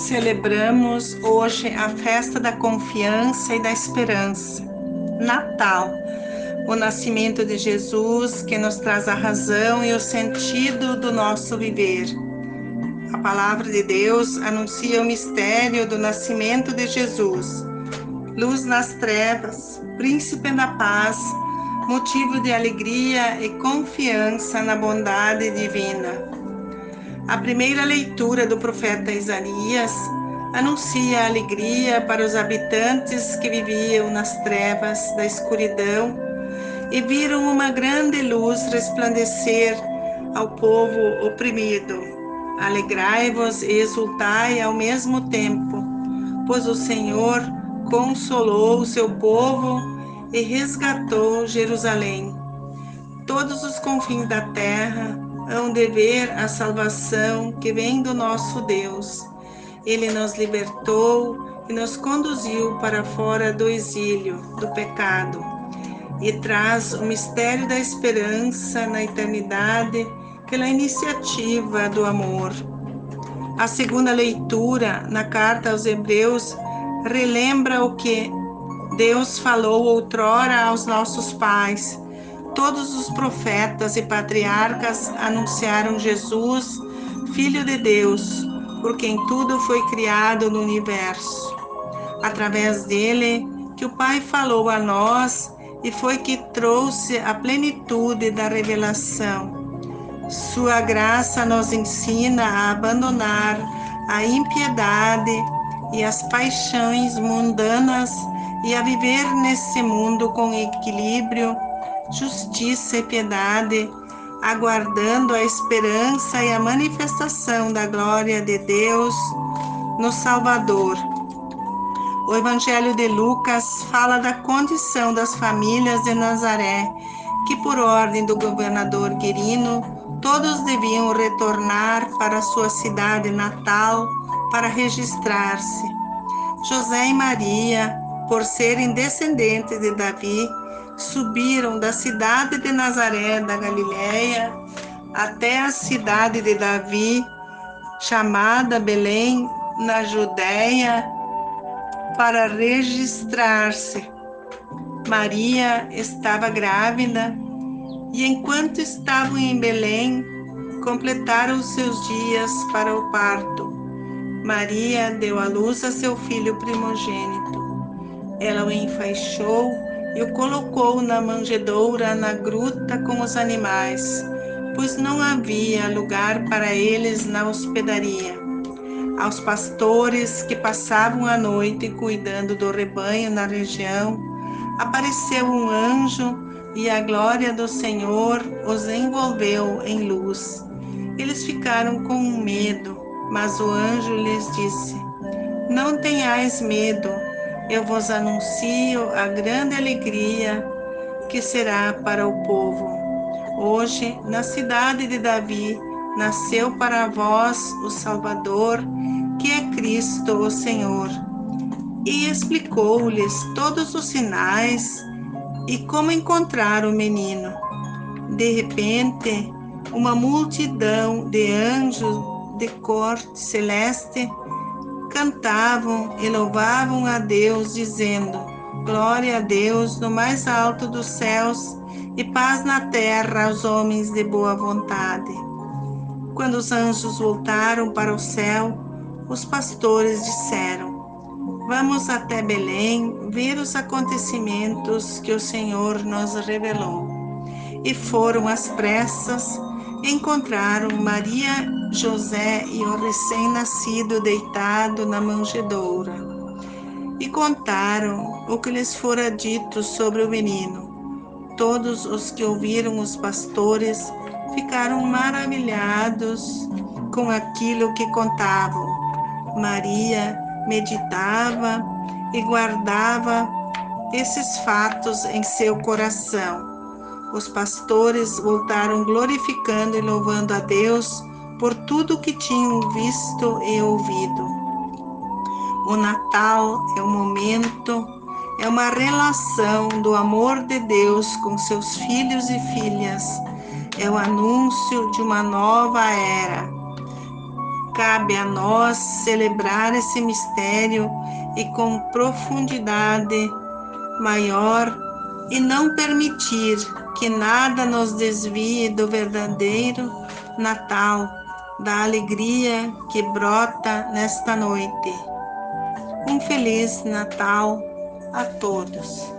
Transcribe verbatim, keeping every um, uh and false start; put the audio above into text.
Celebramos hoje a festa da confiança e da esperança, Natal, o nascimento de Jesus que nos traz a razão e o sentido do nosso viver. A palavra de Deus anuncia o mistério do nascimento de Jesus, luz nas trevas, príncipe da paz, motivo de alegria e confiança na bondade divina. A primeira leitura do profeta Isaías anuncia a alegria para os habitantes que viviam nas trevas da escuridão e viram uma grande luz resplandecer ao povo oprimido. Alegrai-vos e exultai ao mesmo tempo, pois o Senhor consolou o seu povo e resgatou Jerusalém. Todos os confins da terra hão de ver a salvação que vem do nosso Deus. Ele nos libertou e nos conduziu para fora do exílio, do pecado, e traz o mistério da esperança na eternidade pela iniciativa do amor. A segunda leitura, na carta aos Hebreus, relembra o que Deus falou outrora aos nossos pais. Todos os profetas e patriarcas anunciaram Jesus, Filho de Deus, por quem tudo foi criado no universo. Através dele, que o Pai falou a nós e foi que trouxe a plenitude da revelação. Sua graça nos ensina a abandonar a impiedade e as paixões mundanas e a viver nesse mundo com equilíbrio, justiça e piedade, aguardando a esperança e a manifestação da glória de Deus no Salvador. O Evangelho de Lucas fala da condição das famílias de Nazaré, que por ordem do governador Quirino, todos deviam retornar para sua cidade natal para registrar-se. José e Maria, por serem descendentes de Davi, subiram da cidade de Nazaré da Galiléia até a cidade de Davi, chamada Belém, na Judéia, para registrar-se. Maria estava grávida e, enquanto estavam em Belém, completaram os seus dias para o parto. Maria deu à luz a seu filho primogênito. Ela o enfaixou e o colocou na manjedoura na gruta com os animais, pois não havia lugar para eles na hospedaria. Aos pastores que passavam a noite cuidando do rebanho na região, apareceu um anjo e a glória do Senhor os envolveu em luz. Eles ficaram com medo, mas o anjo lhes disse: não tenhais medo. Eu vos anuncio a grande alegria que será para o povo. Hoje, na cidade de Davi, nasceu para vós o Salvador, que é Cristo o Senhor. E explicou-lhes todos os sinais e como encontrar o menino. De repente, uma multidão de anjos de corte celeste cantavam e louvavam a Deus, dizendo: glória a Deus no mais alto dos céus e paz na terra aos homens de boa vontade. Quando os anjos voltaram para o céu, os pastores disseram: vamos até Belém ver os acontecimentos que o Senhor nos revelou. E foram às pressas, encontraram Maria, José e o recém-nascido deitado na manjedoura. E contaram o que lhes fora dito sobre o menino. Todos os que ouviram os pastores ficaram maravilhados com aquilo que contavam. Maria meditava e guardava esses fatos em seu coração. Os pastores voltaram glorificando e louvando a Deus por tudo que tinham visto e ouvido. O Natal é um momento, é uma relação do amor de Deus com seus filhos e filhas. É o anúncio de uma nova era. cabe a nós celebrar esse mistério e com profundidade maior e não permitir que nada nos desvie do verdadeiro Natal, da alegria que brota nesta noite. Um feliz Natal a todos.